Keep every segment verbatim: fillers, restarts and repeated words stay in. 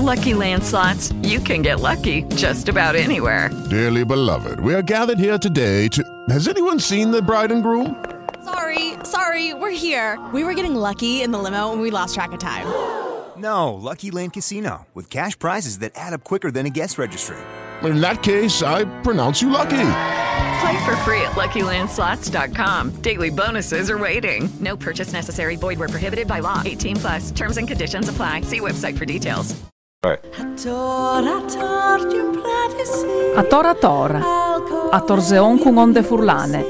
Lucky Land Slots, you can get lucky just about anywhere. Dearly beloved, we are gathered here today to... Has anyone seen the bride and groom? Sorry, sorry, we're here. We were getting lucky in the limo and we lost track of time. No, Lucky Land Casino, with cash prizes that add up quicker than a guest registry. In that case, I pronounce you lucky. Play for free at Lucky Land Slots dot com. Daily bonuses are waiting. No purchase necessary. Void where prohibited by law. eighteen plus. Terms and conditions apply. See website for details. A tora tora, a torzeon con onde furlane.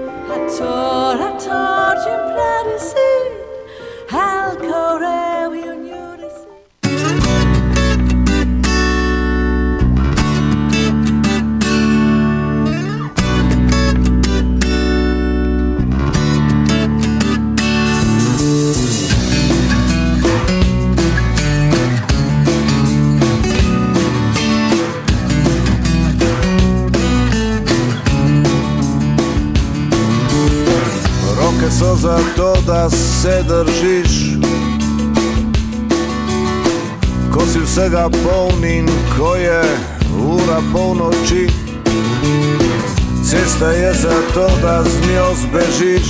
So za to da se držiš, ko si vsega polnin, ko je ura polnoči. Cesta je za to da z njo zbežiš,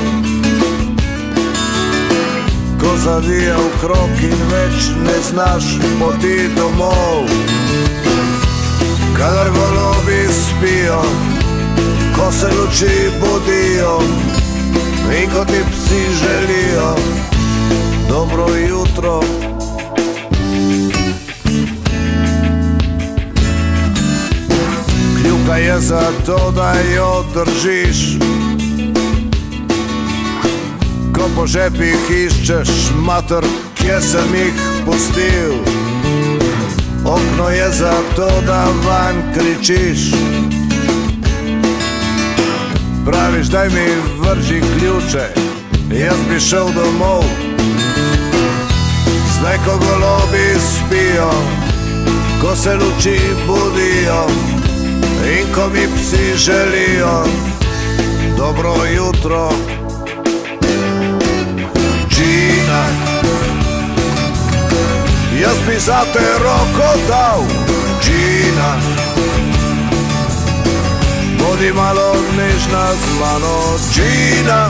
ko zavija v krog in več ne znaš poti domov. Kadar golobi spijo, ko se luči budijo in ko ti psi želijo dobro jutro. Kljuka je za to da jo držiš, ko po žepih iščeš mater, kje sem jih pustil. Okno je za to da van kričiš, praviš daj mi vrži ključe, jaz bi šel domov. Zdaj ko golobi spijo, ko se luči budijo in ko mi psi želijo dobro jutro. Gina, jaz bi za te roko dal. Gina, bodi malo nežna z mano. Gina,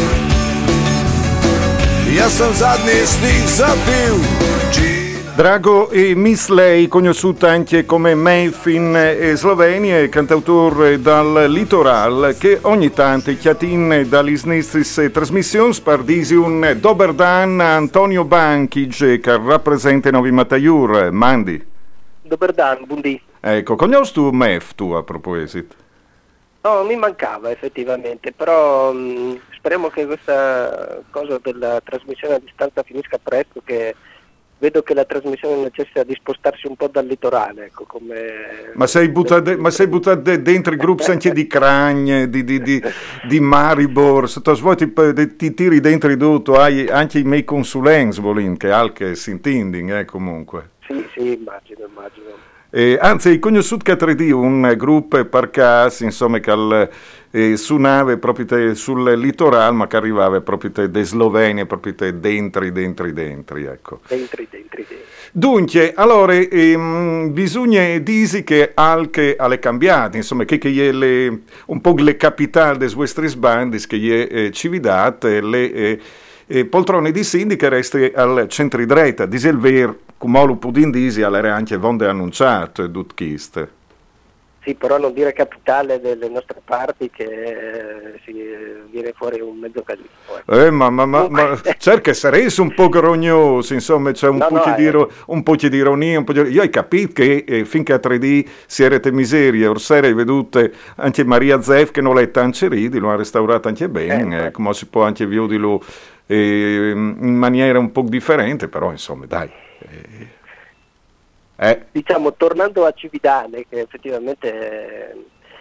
ja sam zadnji stih zapil. Gina. Drago e Miss Lei, conosciuta anche come Maeve in Slovenia, cantautore dal litoral, che ogni tanto chiatin dalle nostre trasmissioni spardisi un dober dan Antonio Bankic, che rappresenta Novi Mataiur. Mandi. Dober dan, buondì. Ecco, conosci tu Maeve, tu a proposito? No, mi mancava effettivamente, però mh, speriamo che questa cosa della trasmissione a distanza finisca presto, che vedo che la trasmissione necessita di spostarsi un po' dal litorale, ecco, come... Ma sei buttato, ma sei buttato dentro i gruppi anche di Cragne, di, di, di, di Maribor, sotto svuoti ti tiri dentro tutto, hai anche i miei consulenti, volin, che anche si intending, eh, comunque. Sì, sì, immagino, immagino. Eh, anzi, ho conosciuto che tre D un gruppo per caso, insomma, che al, eh, su nave proprio te, sul litorale, ma che arrivava proprio te, da Slovenia, proprio te, dentro, dentro, dentro, ecco. Dentro, dentro, dentro. Dunque, allora, ehm, bisogna dire che anche alle cambiate, insomma, che, che è le, un po' le capitali dei vostri bandi, che è eh, cividate, le... Eh, E poltrone di sindica resti al centro-dretta, dice il ver, come lo pudin disi, all'era anche vonde annunciato e dutkist. Sì, però non dire capitale delle nostre parti, che eh, si viene fuori un mezzo casino. Eh, eh ma, ma, ma, ma cerca sarei un po' grognoso, insomma, c'è un, no, po' no, di, eh. un po' di ironia, un po' di... Io ho capito che eh, finché a tre D si erete miserie, orsera hai vedute anche Maria Zeff che non l'è tanto ridi, lo ha restaurato anche bene, eh, eh, come si può anche vederlo eh, in maniera un po' differente, però insomma, dai... Eh. Eh. Diciamo, tornando a Cividale, che effettivamente è,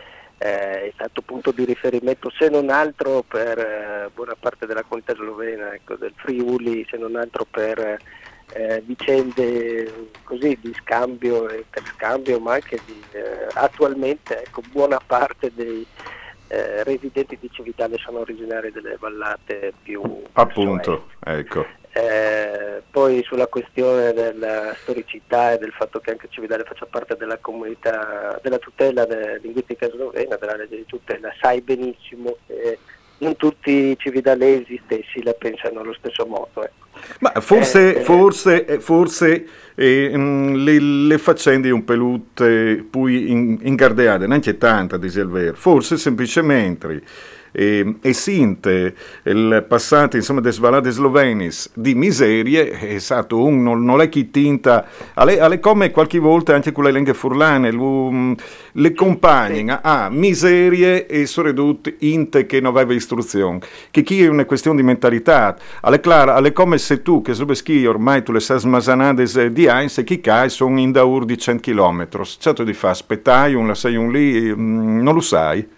è stato punto di riferimento, se non altro per eh, buona parte della comunità slovena, ecco, del Friuli, se non altro per eh, vicende così di scambio e interscambio, ma anche di, eh, attualmente, ecco, buona parte dei, eh, residenti di Cividale sono originari delle vallate più appunto, ecco. Eh, poi sulla questione della storicità e del fatto che anche Cividale faccia parte della comunità della tutela de- linguistica slovena, della legge di tutela, sai benissimo che non tutti i cividalesi stessi la pensano allo stesso modo. Ecco. Ma forse, eh, forse, forse eh, mh, le, le faccende un pelute poi in, ingardeate, neanche tanta, dice il vero, forse semplicemente e, e sinte il passato insomma des valate slovenis di miserie è stato un non, non è chi tinta alle, alle come qualche volta anche con le lingue furlane lu, le compagne a ah, miserie e sono ridotte inte che non aveva istruzione che chi è una questione di mentalità alle clara alle come se tu che so schi ormai tu le sai smasanades di Heinz e chi cai sono in daur di cento chilometri certo di fa aspettai un la sei un lì mh, non lo sai.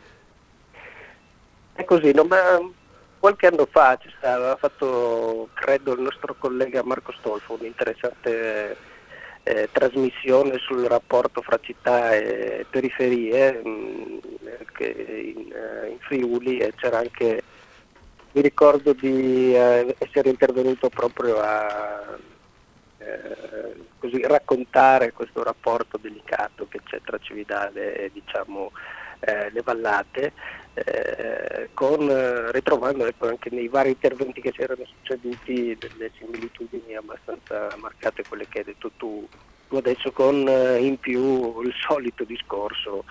È così, no, ma qualche anno fa ci stava, ha fatto, credo, il nostro collega Marco Stolfo, un'interessante eh, trasmissione sul rapporto fra città e periferie mh, che in, eh, in Friuli e c'era anche, mi ricordo di eh, essere intervenuto proprio a eh, così raccontare questo rapporto delicato che c'è tra Cividale e diciamo eh, le vallate. Eh, con, eh, ritrovando ecco, anche nei vari interventi che si erano succeduti delle similitudini abbastanza marcate, quelle che hai detto tu, tu adesso, con eh, in più il solito discorso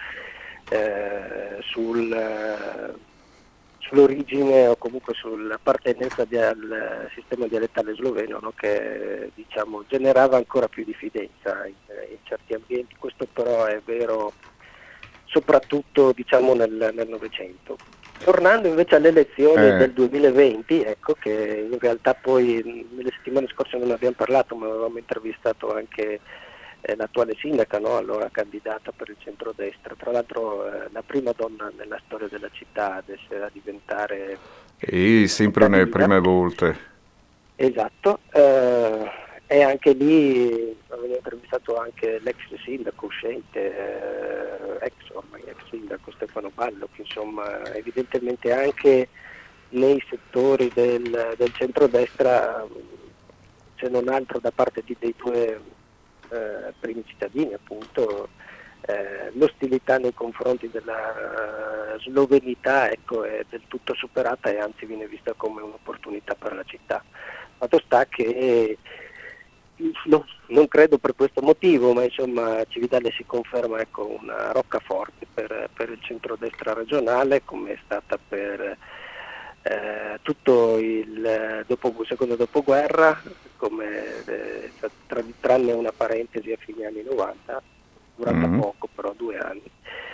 eh, sul, eh, sull'origine o comunque sull'appartenenza di, al sistema dialettale sloveno, no? Che diciamo generava ancora più diffidenza in, in certi ambienti. Questo però è vero soprattutto diciamo nel Novecento. Tornando invece alle elezioni eh. del duemilaventi, ecco che in realtà poi nelle settimane scorse non abbiamo parlato, ma avevamo intervistato anche eh, l'attuale sindaca, no? Allora candidata per il centrodestra, tra l'altro eh, la prima donna nella storia della città ad essere a diventare e sempre nelle prime volte. Esatto. Eh, E anche lì avevo intervistato anche l'ex sindaco uscente, eh, ex ormai ex sindaco Stefano Ballo, che insomma evidentemente anche nei settori del, del centrodestra, se non altro da parte di, dei due eh, primi cittadini appunto, eh, l'ostilità nei confronti della uh, slovenità ecco, è del tutto superata e anzi viene vista come un'opportunità per la città. Fatto sta che No, non credo per questo motivo, ma insomma Cividale si conferma ecco, una roccaforte per, per il centrodestra regionale, come è stata per eh, tutto il dopo, secondo dopoguerra, come eh, tra, tranne una parentesi a fine anni novanta, durata mm-hmm. poco però due anni.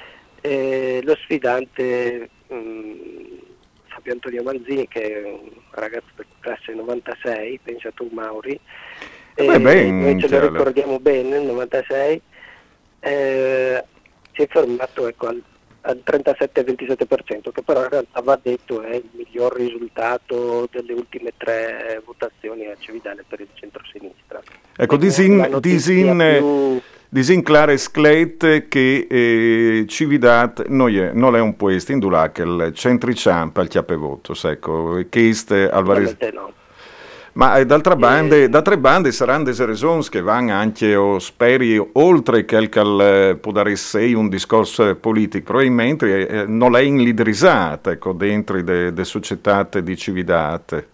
E lo sfidante mh, Fabio Antonio Manzini, che è un ragazzo di classe novantasei, pensa tu Mauri, Eh beh, noi ce lo ricordiamo bene, nel novantasei eh, si è fermato ecco, al, al trentasette ventisette per cento, che però in realtà va detto è il miglior risultato delle ultime tre votazioni a Cividale per il centro-sinistra. Ecco, disin, disin, più... disin clare sclet che eh, Cividat non è, non è un puesto in dula che il centriciampa al chiappevotto, ecco, che è Alvarez. No. Ma d'altra bande, eh, d'altre bande saranno delle ragioni che vanno anche, o speri, oltre che al può dare sei un discorso politico, probabilmente eh, non è inlidrizzata ecco, dentro le de società di Cividate.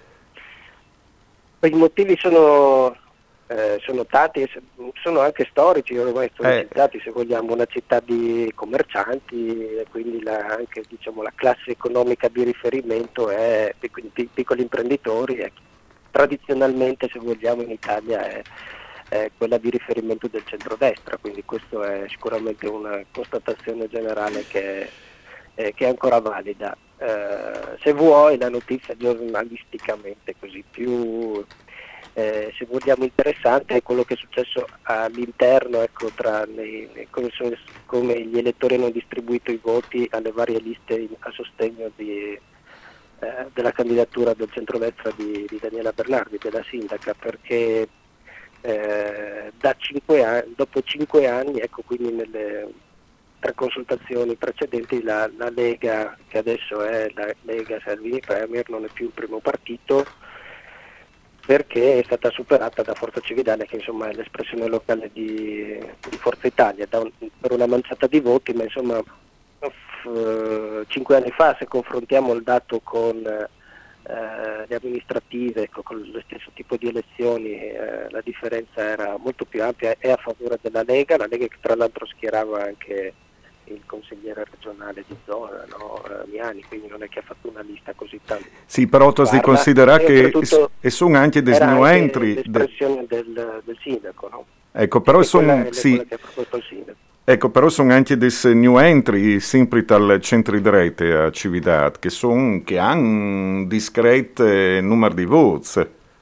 I motivi sono, eh, sono tanti, sono anche storici, ormai storicizzati, eh. se vogliamo, una città di commercianti e quindi la, anche diciamo, la classe economica di riferimento è quindi piccoli imprenditori. È, tradizionalmente, se vogliamo, in Italia è, è quella di riferimento del centrodestra, quindi questa è sicuramente una constatazione generale che, eh, che è ancora valida. Eh, se vuoi la notizia giornalisticamente così più, eh, se vogliamo, interessante è quello che è successo all'interno, ecco, tra nei, nei, come, sono, come gli elettori hanno distribuito i voti alle varie liste in, a sostegno di della candidatura del centrodestra di, di Daniela Bernardi, della sindaca, perché eh, da cinque anni, dopo cinque anni, ecco, quindi nelle, altre consultazioni precedenti la, la Lega, che adesso è la Lega Salvini Premier, non è più il primo partito, perché è stata superata da Forza Cividale, che insomma è l'espressione locale di, di Forza Italia, da un, per una manciata di voti, ma insomma f, cinque anni fa, se confrontiamo il dato con eh, le amministrative, con, con lo stesso tipo di elezioni, eh, la differenza era molto più ampia e a favore della Lega, la Lega che tra l'altro schierava anche il consigliere regionale di zona, no? Miani, quindi non è che ha fatto una lista così tanto. Sì, però tu devi considerare che e sono anche dei new entry. L'espressione del, del sindaco, no? Ecco, però sono sì. Ecco, però sono anche dei new entry, sempre dal centro-drete a Cividad, che, son, che hanno un discreto numero di voti.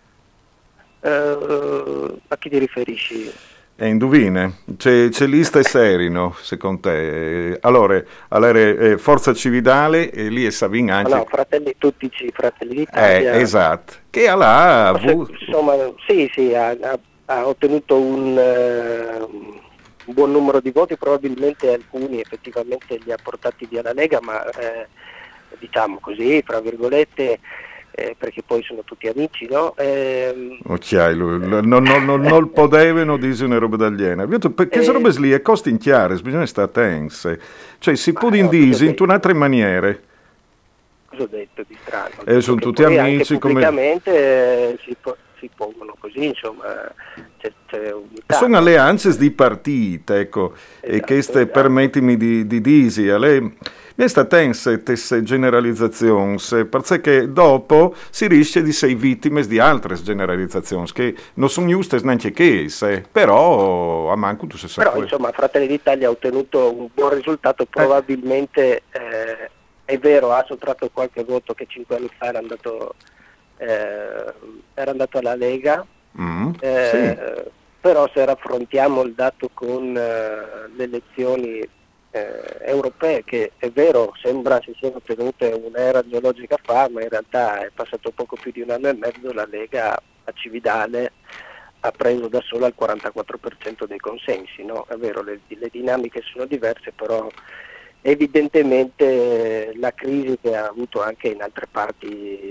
Uh, a chi ti riferisci? E indovine, c'è, c'è lista e serino, secondo te? Allora, allora eh, Forza Cividale e lì è Savin anche... Ah no, fratelli, tutti i fratelli d'Italia. Eh, esatto, che ha avuto... Insomma, sì, sì, ha, ha, ha ottenuto un, uh, un buon numero di voti, probabilmente alcuni effettivamente li ha portati via la Lega, ma eh, diciamo così, fra virgolette... Eh, perché poi sono tutti amici, no? Eh, ok, lui, non, non, non, non potevano dire una roba d'aliena. Perché queste eh, robe lì è costi in chiaro, bisogna stare tense. Cioè si può no, dire in un'altra maniera. Cosa ho detto di strano? Eh, sono tutti amici. Come... Pubblicamente si, po- si pongono così, insomma, c'è, c'è unità. Sono alleanze di partite, ecco, esatto, e queste, esatto. Permettimi di, di dire, lei... Questa tense queste generalizzazioni, perché dopo si rischia di essere vittime di altre generalizzazioni, che non sono giuste neanche che, però a manco tu sei Però insomma Fratelli d'Italia ha ottenuto un buon risultato, probabilmente eh, è vero, ha sottratto qualche voto che cinque anni fa era andato, eh, era andato alla Lega, mm, eh, sì. Però se raffrontiamo il dato con eh, le elezioni Eh, europee, che è vero sembra si siano tenute un'era geologica fa, ma in realtà è passato poco più di un anno e mezzo, la Lega a Cividale ha preso da sola il quarantaquattro per cento dei consensi, no? È vero, le, le dinamiche sono diverse, però evidentemente la crisi che ha avuto anche in altre parti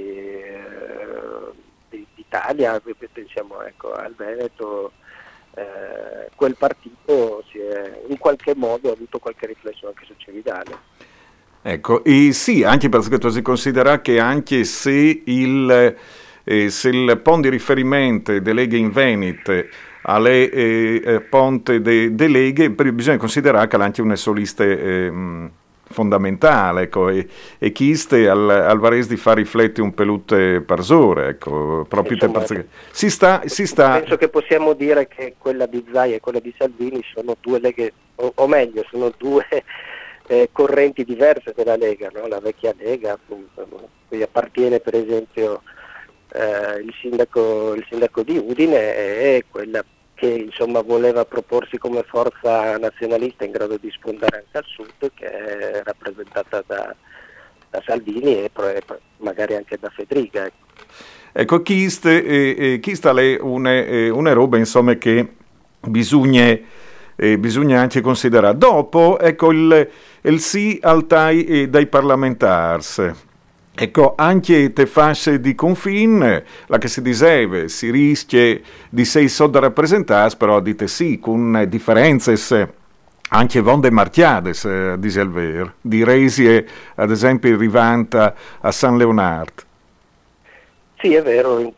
eh, d'Italia, pensiamo ecco, al Veneto, Eh, quel partito si è, in qualche modo ha avuto qualche riflesso anche su Cividale. Ecco, e sì, anche perché tu si considera che anche se il, eh, se il ponte di riferimento delle Leghe in Veneto alle eh, ponte delle de Leghe, bisogna considerare che anche una solista eh, fondamentale, ecco, e, e chi ste al, al Varese di far riflettere un pelute parsore, ecco, proprio insomma, te, si sta, si sta... Penso che possiamo dire che quella di Zaia e quella di Salvini sono due leghe, o, o meglio, sono due eh, correnti diverse della Lega, no? La vecchia Lega, appunto, cui appartiene per esempio eh, il sindaco, il sindaco di Udine, e quella che insomma voleva proporsi come forza nazionalista in grado di sfondare anche al sud, che è rappresentata da, da Salvini e magari anche da Fedriga. Ecco, ecco chi sta eh, eh, una, eh, una roba insomma che bisogna, eh, bisogna anche considerare. Dopo ecco il, il sì al tai eh, dai parlamentari. Ecco, anche te fasce di confine, la che si diceva, si rischia di sei sottorappresentati, però dite sì, con differenze anche vonde marchiades, a dire il vero, di Resie, ad esempio, rivanta a San Leonardo. Sì, è vero,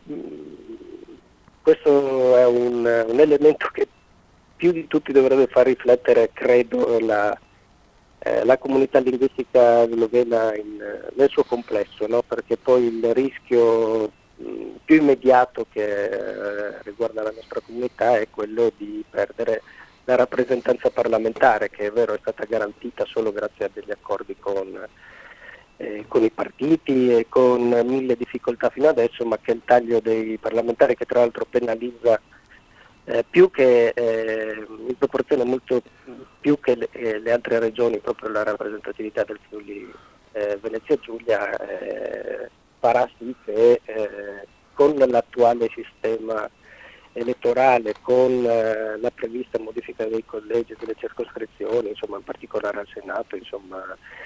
questo è un, un elemento che più di tutti dovrebbe far riflettere, credo, la... la comunità linguistica slovena in, nel suo complesso, no? Perché poi il rischio mh, più immediato che eh, riguarda la nostra comunità è quello di perdere la rappresentanza parlamentare, che è vero è stata garantita solo grazie a degli accordi con, eh, con i partiti e con mille difficoltà fino adesso, ma che il taglio dei parlamentari, che tra l'altro penalizza Eh, più che eh, in proporzione molto più che le, eh, le altre regioni, proprio la rappresentatività del Friuli eh, Venezia Giulia eh, farà sì che eh, con l'attuale sistema elettorale con eh, la prevista modifica dei collegi e delle circoscrizioni, insomma in particolare al Senato, insomma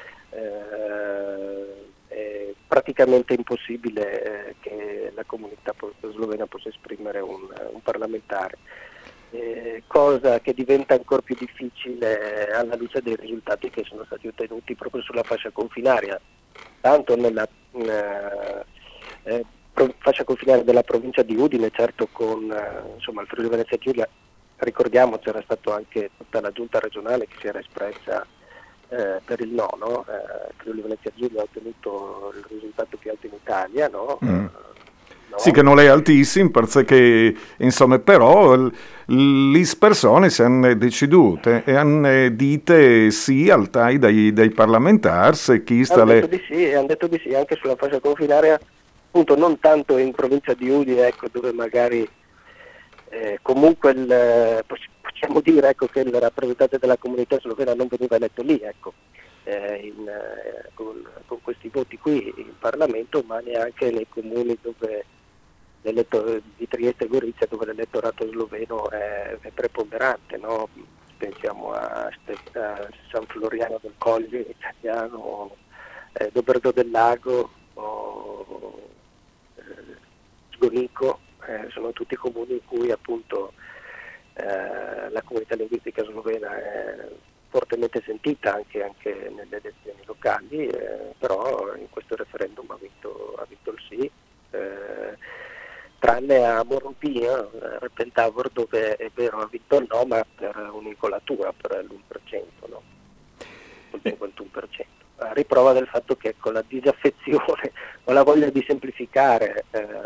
eh, è praticamente impossibile eh, che la comunità slovena possa esprimere un, un parlamentare, eh, cosa che diventa ancora più difficile alla luce dei risultati che sono stati ottenuti proprio sulla fascia confinaria, tanto nella eh, eh, fascia confinaria della provincia di Udine, certo con eh, insomma il Friuli Venezia Giulia, ricordiamo c'era stato anche tutta la giunta regionale che si era espressa eh, per il no, no? Eh, il Friuli Venezia Giulia ha ottenuto il risultato più alto in Italia, no? Mm. No? Sì, che non è altissimo, perché insomma, però le persone si hanno decidute e hanno dite sì al tai dei, dei parlamentari, chi sta hanno le... detto di sì, hanno detto di sì anche sulla fascia confinaria, appunto non tanto in provincia di Udine, ecco, dove magari eh, comunque il, possiamo dire ecco, che il rappresentante della comunità slovena non veniva eletto lì, ecco, eh, in, eh, con, con questi voti qui in Parlamento, ma neanche nei comuni dove di Trieste e Gorizia, dove l'elettorato sloveno è, è preponderante, no? Pensiamo a, a San Floriano del Colle italiano, eh, Doberdo del Lago, o, eh, Sgonico, eh, sono tutti comuni in cui appunto eh, la comunità linguistica slovena è fortemente sentita anche, anche nelle elezioni locali, eh, però in questo referendum ha vinto, ha vinto il sì. Eh, tranne a Morompia, eh, Pentavor, dove è vero ha vinto il no, ma per un'incolatura, per l'uno per cento, no? Il cinquantuno per cento. A riprova del fatto che con la disaffezione, con la voglia di semplificare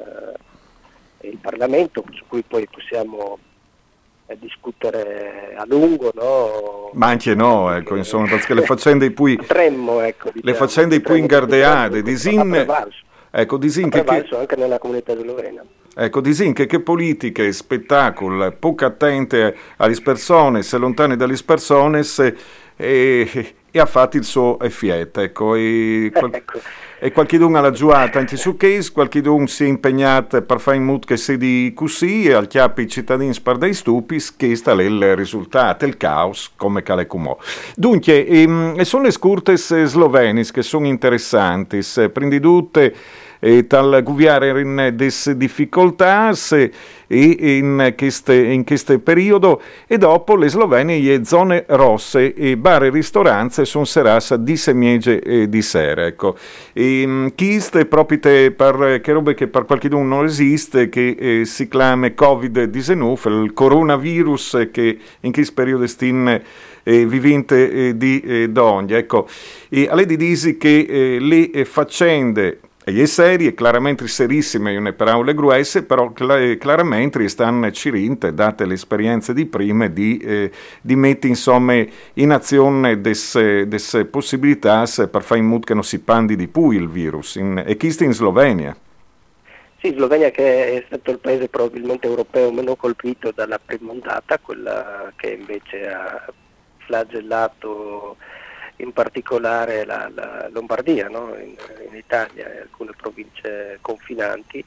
eh, il Parlamento, su cui poi possiamo eh, discutere a lungo, no? Ma anche no, ecco, insomma, perché le faccende poi... Potremmo, ecco, diciamo, le faccende poi ingardeate, disin... Ecco, disin che... anche nella comunità slovena. Ecco, disin che che politiche, spettacolo, poco attente alle persone, se lontane dalle persone, se, e, e ha fatto il suo effetto, ecco, e, qual, ecco. E qualcuno ha giuato anche su case, qualcuno si è impegnato per fare in modo che si di così e al chiappi i cittadini per dei stupis, che sta lì il risultato, il caos, come cale cumò. Dunque, ehm, e sono le scurtes slovenis che sono interessanti, prendi tutte e tal guviare in des difficoltà e in questo in questo periodo, e dopo le Slovenie e zone rosse e bar e ristoranze sono serassa di semiege e di sera, ecco. E chiste proprio per che robe che per qualcuno non esiste, che eh, si chiama covid diciannove, il coronavirus che in questo periodo stin eh, vivente eh, di eh, d'ogni, ecco. E a lei di disi che eh, le eh, faccende e è serie, chiaramente serissime, una parole gruesse, però cl- chiaramente stanno cirinte, date le esperienze di prima, di, eh, di mettere insomma in azione delle possibilità per fare in modo che non si pandi di più il virus. In, e chi sta in Slovenia? Sì, Slovenia che è stato il paese probabilmente europeo meno colpito dalla prima ondata, quella che invece ha flagellato in particolare la, la Lombardia, no? in, in Italia e alcune province confinanti.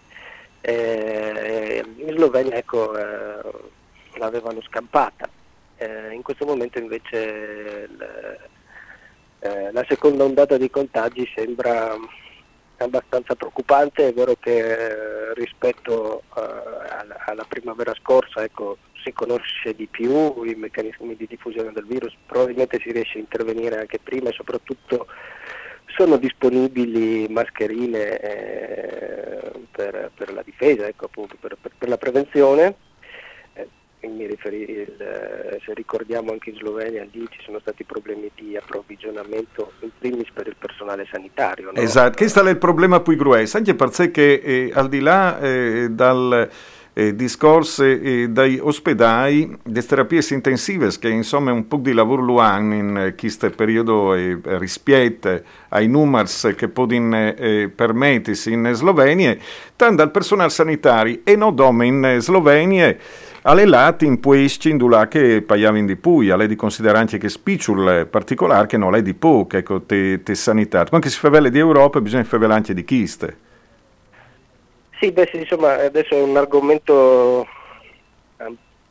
Eh, in Slovenia ecco, eh, l'avevano scampata. Eh, in questo momento invece l, eh, la seconda ondata di contagi sembra abbastanza preoccupante. È vero che eh, rispetto eh, alla, alla primavera scorsa ecco, si conosce di più i meccanismi di diffusione del virus, probabilmente si riesce a intervenire anche prima e soprattutto sono disponibili mascherine eh, per, per la difesa, ecco, appunto, per, per, per la prevenzione. Eh, mi riferi, il, se ricordiamo anche in Slovenia lì ci sono stati problemi di approvvigionamento in primis per il personale sanitario. No? Esatto, questo è il problema più grosso, anche perché eh, al di là eh, dal... Eh, discorse eh, dai ospedali, delle terapie intensive, che insomma è un po' di lavoro luan in questo periodo eh, rispetto ai numeri che possono eh, permettersi in Slovenia, tanto dal personale sanitario e non dome in Slovenia alle lati in puesci in dula che pagavano di più, a lei di considerare anche che spicciul particolare che non è di poco, ecco, te, te sanità. Quando si fa velle di Europa bisogna fare anche di chiste. Sì, beh, sì, insomma, adesso è un argomento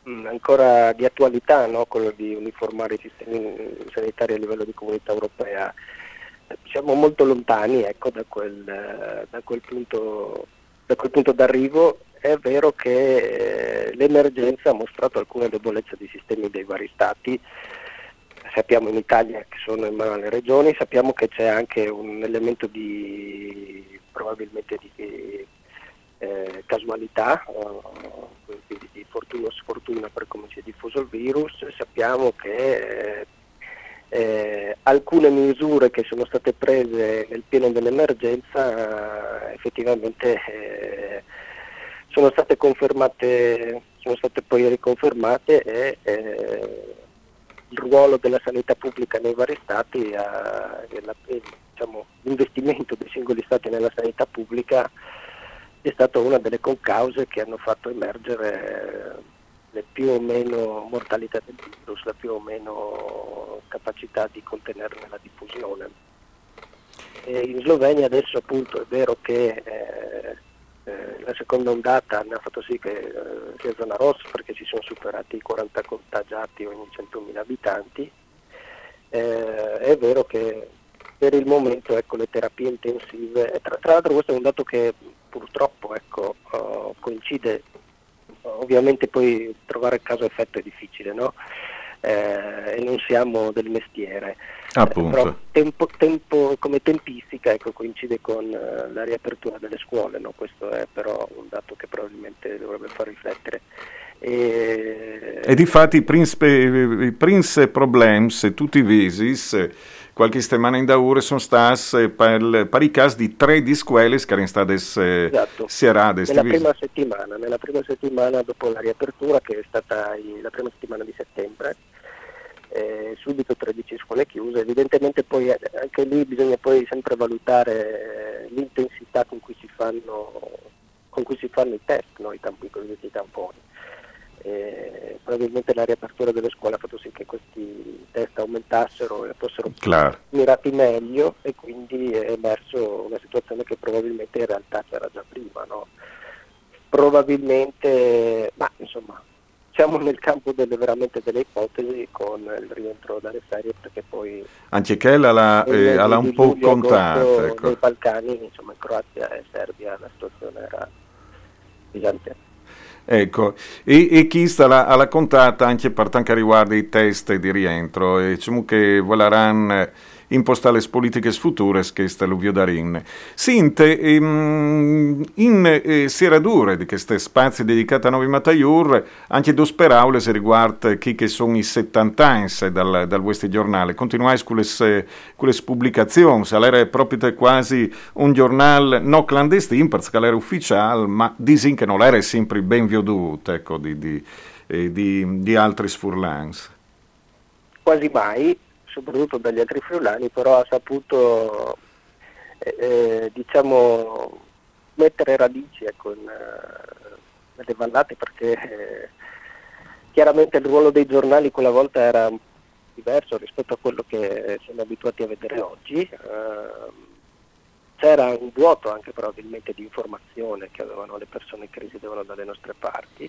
mh, ancora di attualità, no? Quello di uniformare i sistemi sanitari a livello di comunità europea. Siamo molto lontani, ecco, da quel, da quel punto, da quel punto d'arrivo. È vero che eh, l'emergenza ha mostrato alcune debolezze dei sistemi dei vari stati. Sappiamo in Italia che sono in mano alle regioni, sappiamo che c'è anche un elemento di probabilmente di eh, casualità, eh, quindi di fortuna o sfortuna per come si è diffuso il virus. Sappiamo che eh, eh, alcune misure che sono state prese nel pieno dell'emergenza eh, effettivamente eh, sono state confermate, sono state poi riconfermate e eh, il ruolo della sanità pubblica nei vari stati, eh, la, diciamo, l'investimento dei singoli stati nella sanità pubblica è stata una delle concause che hanno fatto emergere le più o meno mortalità del virus, la più o meno capacità di contenerne la diffusione. E in Slovenia adesso appunto è vero che eh, eh, la seconda ondata ha fatto sì che eh, sia zona rossa, perché si sono superati i quaranta contagiati ogni centomila abitanti. Eh, è vero che per il momento, ecco, le terapie intensive, tra, tra l'altro questo è un dato che purtroppo, ecco, uh, coincide, ovviamente poi trovare causa-effetto è difficile, no? Eh, e non siamo del mestiere. Appunto. Eh, però tempo, tempo, come tempistica, ecco, coincide con uh, la riapertura delle scuole, no? Questo è però un dato che probabilmente dovrebbe far riflettere. E, e difatti i principali problemi, tutti i visis, qualche settimana in daure sono stati per, per i casi di tre di scuole che erano state esatto. serate. Nella prima settimana, nella prima settimana dopo la riapertura, che è stata la prima settimana di settembre, eh, subito tredici scuole chiuse. Evidentemente poi anche lì bisogna poi sempre valutare l'intensità con cui si fanno, con cui si fanno i test, no? I, tamp- i cosiddetti tamponi. Eh, probabilmente la riapertura delle scuole ha fatto sì che questi test aumentassero e fossero Claro. mirati meglio, e quindi è emerso una situazione che probabilmente in realtà c'era già prima, no? Probabilmente, ma insomma, siamo nel campo delle veramente delle ipotesi con il rientro dalle ferie, perché poi anche quella l'ha, eh, l'ha un po' contata, ecco. Nei Balcani, insomma in Croazia e Serbia la situazione era gigante. Ecco, e, e chi sta la, alla contata anche per quanto riguarda i test di rientro, e diciamo che voleranno impostare le politiche future che sta l'uvio darin. Sinte, ehm, in eh, seradure di questi spazi dedicati a Novi Mataiur, anche due speraule se riguarda chi che sono i settanta anni dal, dal vostro giornale. Continuate con le, con le pubblicazioni, era proprio quasi un giornale non clandestino, perché era ufficiale, ma disin che non era sempre ben veduto, ecco, di, di, eh, di, di altri sfurlans. Quasi mai, soprattutto dagli altri friulani, però ha saputo eh, eh, diciamo mettere radici, ecco, in, uh, nelle vallate, perché eh, chiaramente il ruolo dei giornali quella volta era diverso rispetto a quello che siamo abituati a vedere oggi. Uh, c'era un vuoto anche probabilmente di informazione che avevano le persone che risiedevano dalle nostre parti,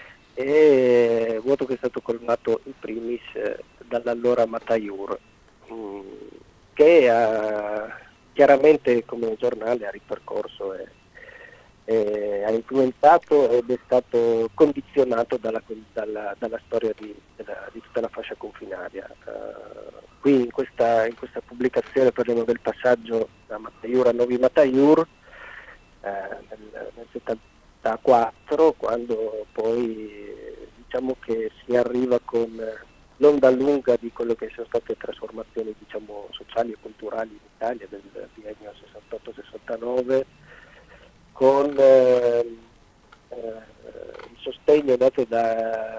e vuoto che è stato colmato in primis eh, dall'allora Mataiur, mh, che ha, chiaramente come giornale ha ripercorso e, e ha influenzato ed è stato condizionato dalla, dalla, dalla storia di, della, di tutta la fascia confinaria. Uh, qui in questa, in questa pubblicazione parliamo del passaggio da Mataiur a Novi Mataiur eh, nel, nel settantaquattro, quando poi diciamo che si arriva con l'onda lunga di quello che sono state trasformazioni, diciamo, sociali e culturali in Italia del biennio sessantotto sessantanove, con eh, eh, il sostegno dato da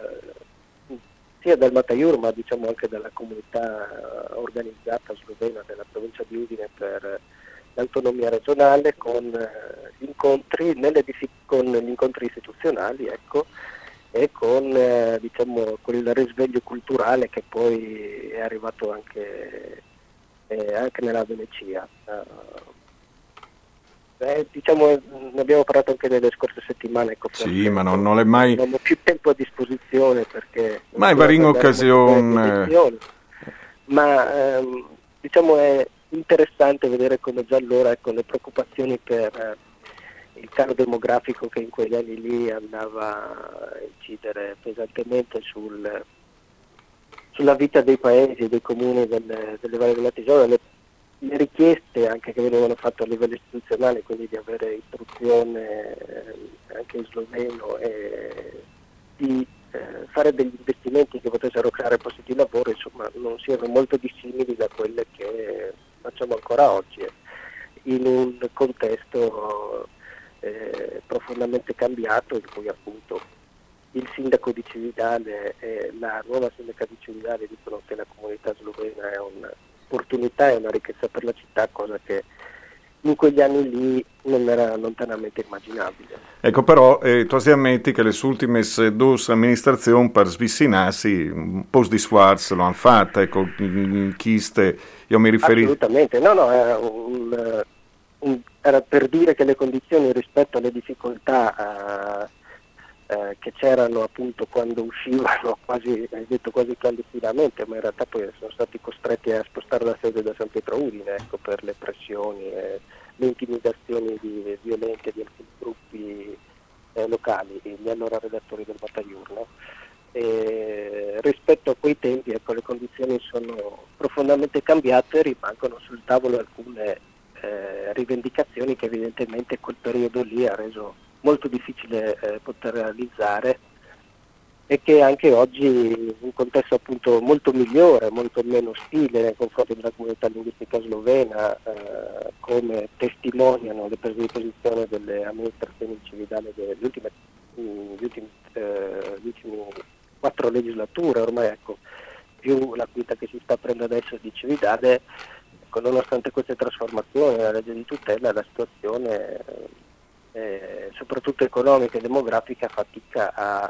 sia dal Mataiur, ma diciamo anche dalla comunità organizzata slovena della provincia di Udine per l'autonomia regionale, con eh, gli incontri nelle con gli incontri istituzionali, ecco, e con eh, diciamo quel risveglio culturale che poi è arrivato anche, eh, anche nella Venecia. Uh, Beh, diciamo, ne abbiamo parlato anche nelle scorse settimane. Ecco, sì, ma non, non è mai... Non ho più tempo a disposizione perché... Ma è varie occasioni. Ma ehm, diciamo è interessante vedere come già allora, ecco, le preoccupazioni per eh, il calo demografico che in quegli anni lì andava a incidere pesantemente sul, sulla vita dei paesi, dei comuni, delle, delle varie della Tesoro, le, le richieste anche che venivano fatte a livello istituzionale, quindi di avere istruzione eh, anche in sloveno e di eh, fare degli investimenti che potessero creare posti di lavoro, insomma, non siano molto dissimili da quelle che facciamo ancora oggi, eh, in un contesto eh, profondamente cambiato, in cui appunto il sindaco di Cividale e la nuova sindaca di Cividale dicono che la comunità slovena è un'opportunità e una ricchezza per la città, cosa che in quegli anni lì non era lontanamente immaginabile. Ecco, però eh, tu ammetti che le ultime due amministrazioni per svissinarsi un po' di sforzo lo hanno fatto, ecco, chiste, io mi riferisco... Assolutamente, no, no, era, un, un, era per dire che le condizioni rispetto alle difficoltà uh, uh, che c'erano appunto quando uscivano, quasi, hai detto quasi clandestinamente, ma in realtà poi sono stati costretti a spostare la sede da San Pietro Udine, ecco, per le pressioni e le intimidazioni di, violente di alcuni gruppi eh, locali, gli allora redattori del Battagliur, no? E rispetto a quei tempi, ecco, le condizioni sono profondamente cambiate, rimangono sul tavolo alcune eh, rivendicazioni che evidentemente quel periodo lì ha reso molto difficile eh, poter realizzare, e che anche oggi in un contesto appunto molto migliore, molto meno ostile nei confronti della comunità linguistica slovena, eh, come testimoniano le prese di posizione delle amministrazioni in Cividale delle ultime, gli ultimi, eh, gli ultimi quattro legislature ormai, ecco, più la quinta che si sta prendendo adesso di Cividale, ecco, nonostante queste trasformazioni, la legge di tutela, la situazione eh, soprattutto economica e demografica fatica a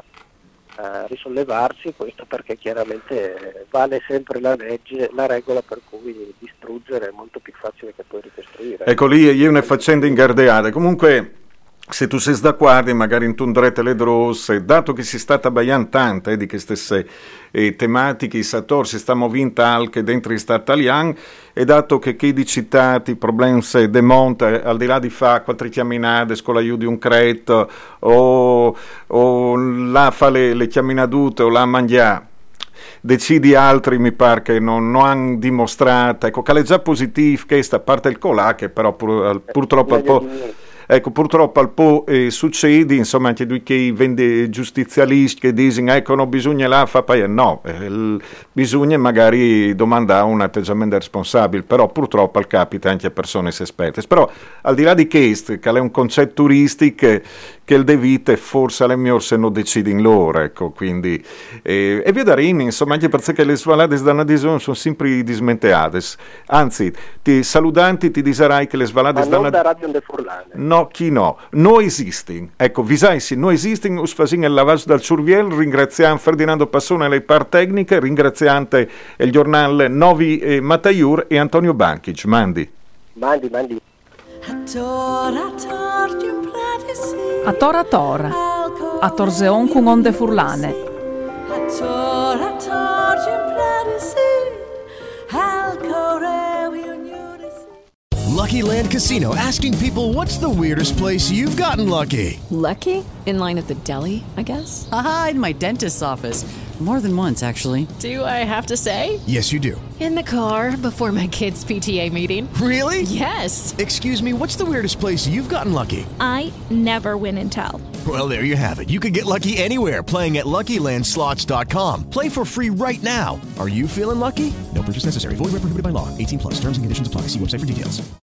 a risollevarsi, questo perché chiaramente vale sempre la legge, la regola per cui distruggere è molto più facile che poi ricostruire. Ecco, lì io ne facendo ingardeare. Comunque, se tu sei d'accordo, magari in tundrete le drosse, dato che si sta tabagliando tanto eh, di queste eh, tematiche, i settori si sta muovendo anche dentro gli stati italiani, e dato che chi di citati i problemi se demonta, al di là di fa quattro chiaminate con l'aiuto di un creto, o, o là fa le, le chiaminadute o là mangiare, decidi altri mi pare che non, non hanno dimostrato, ecco, che è già positivo che sta parte il colà, che però pur, purtroppo un po'... Ecco, purtroppo al po' eh, succede, insomma, anche lui che vende giustizialisti che dicono, ecco, no, bisogna là fa paia. No, eh, bisogna magari domandare un atteggiamento responsabile, però purtroppo al capita anche a persone esperte. Però, al di là di questo, che è un concetto turistico che il devite forse alle mie se non decide in loro, ecco, quindi eh, e via da rini, insomma, anche perché le svalate da una disone sono sempre dismenteate. Anzi, ti salutanti ti disarai che le svalate da una... da Radio de Furlane. No, chi no, noi esistono, ecco, vi sai, sì, noi esistono, us fasin il lavaggio dal cervello, ringraziamo Ferdinando Passone e le par tecniche, ringraziante il giornale Novi eh, Mattaiur e Antonio Banchic, mandi. Mandi, mandi. A tora tora, a torzeon con onde furlane. Lucky Land Casino, asking people, what's the weirdest place you've gotten lucky? Lucky? In line at the deli, I guess? Aha, in my dentist's office. More than once, actually. Do I have to say? Yes, you do. In the car before my kids' P T A meeting. Really? Yes. Excuse me, what's the weirdest place you've gotten lucky? I never win and tell. Well, there you have it. You can get lucky anywhere, playing at Lucky Land Slots dot com. Play for free right now. Are you feeling lucky? No purchase necessary. Void where prohibited by law. eighteen plus. Terms and conditions apply. See website for details.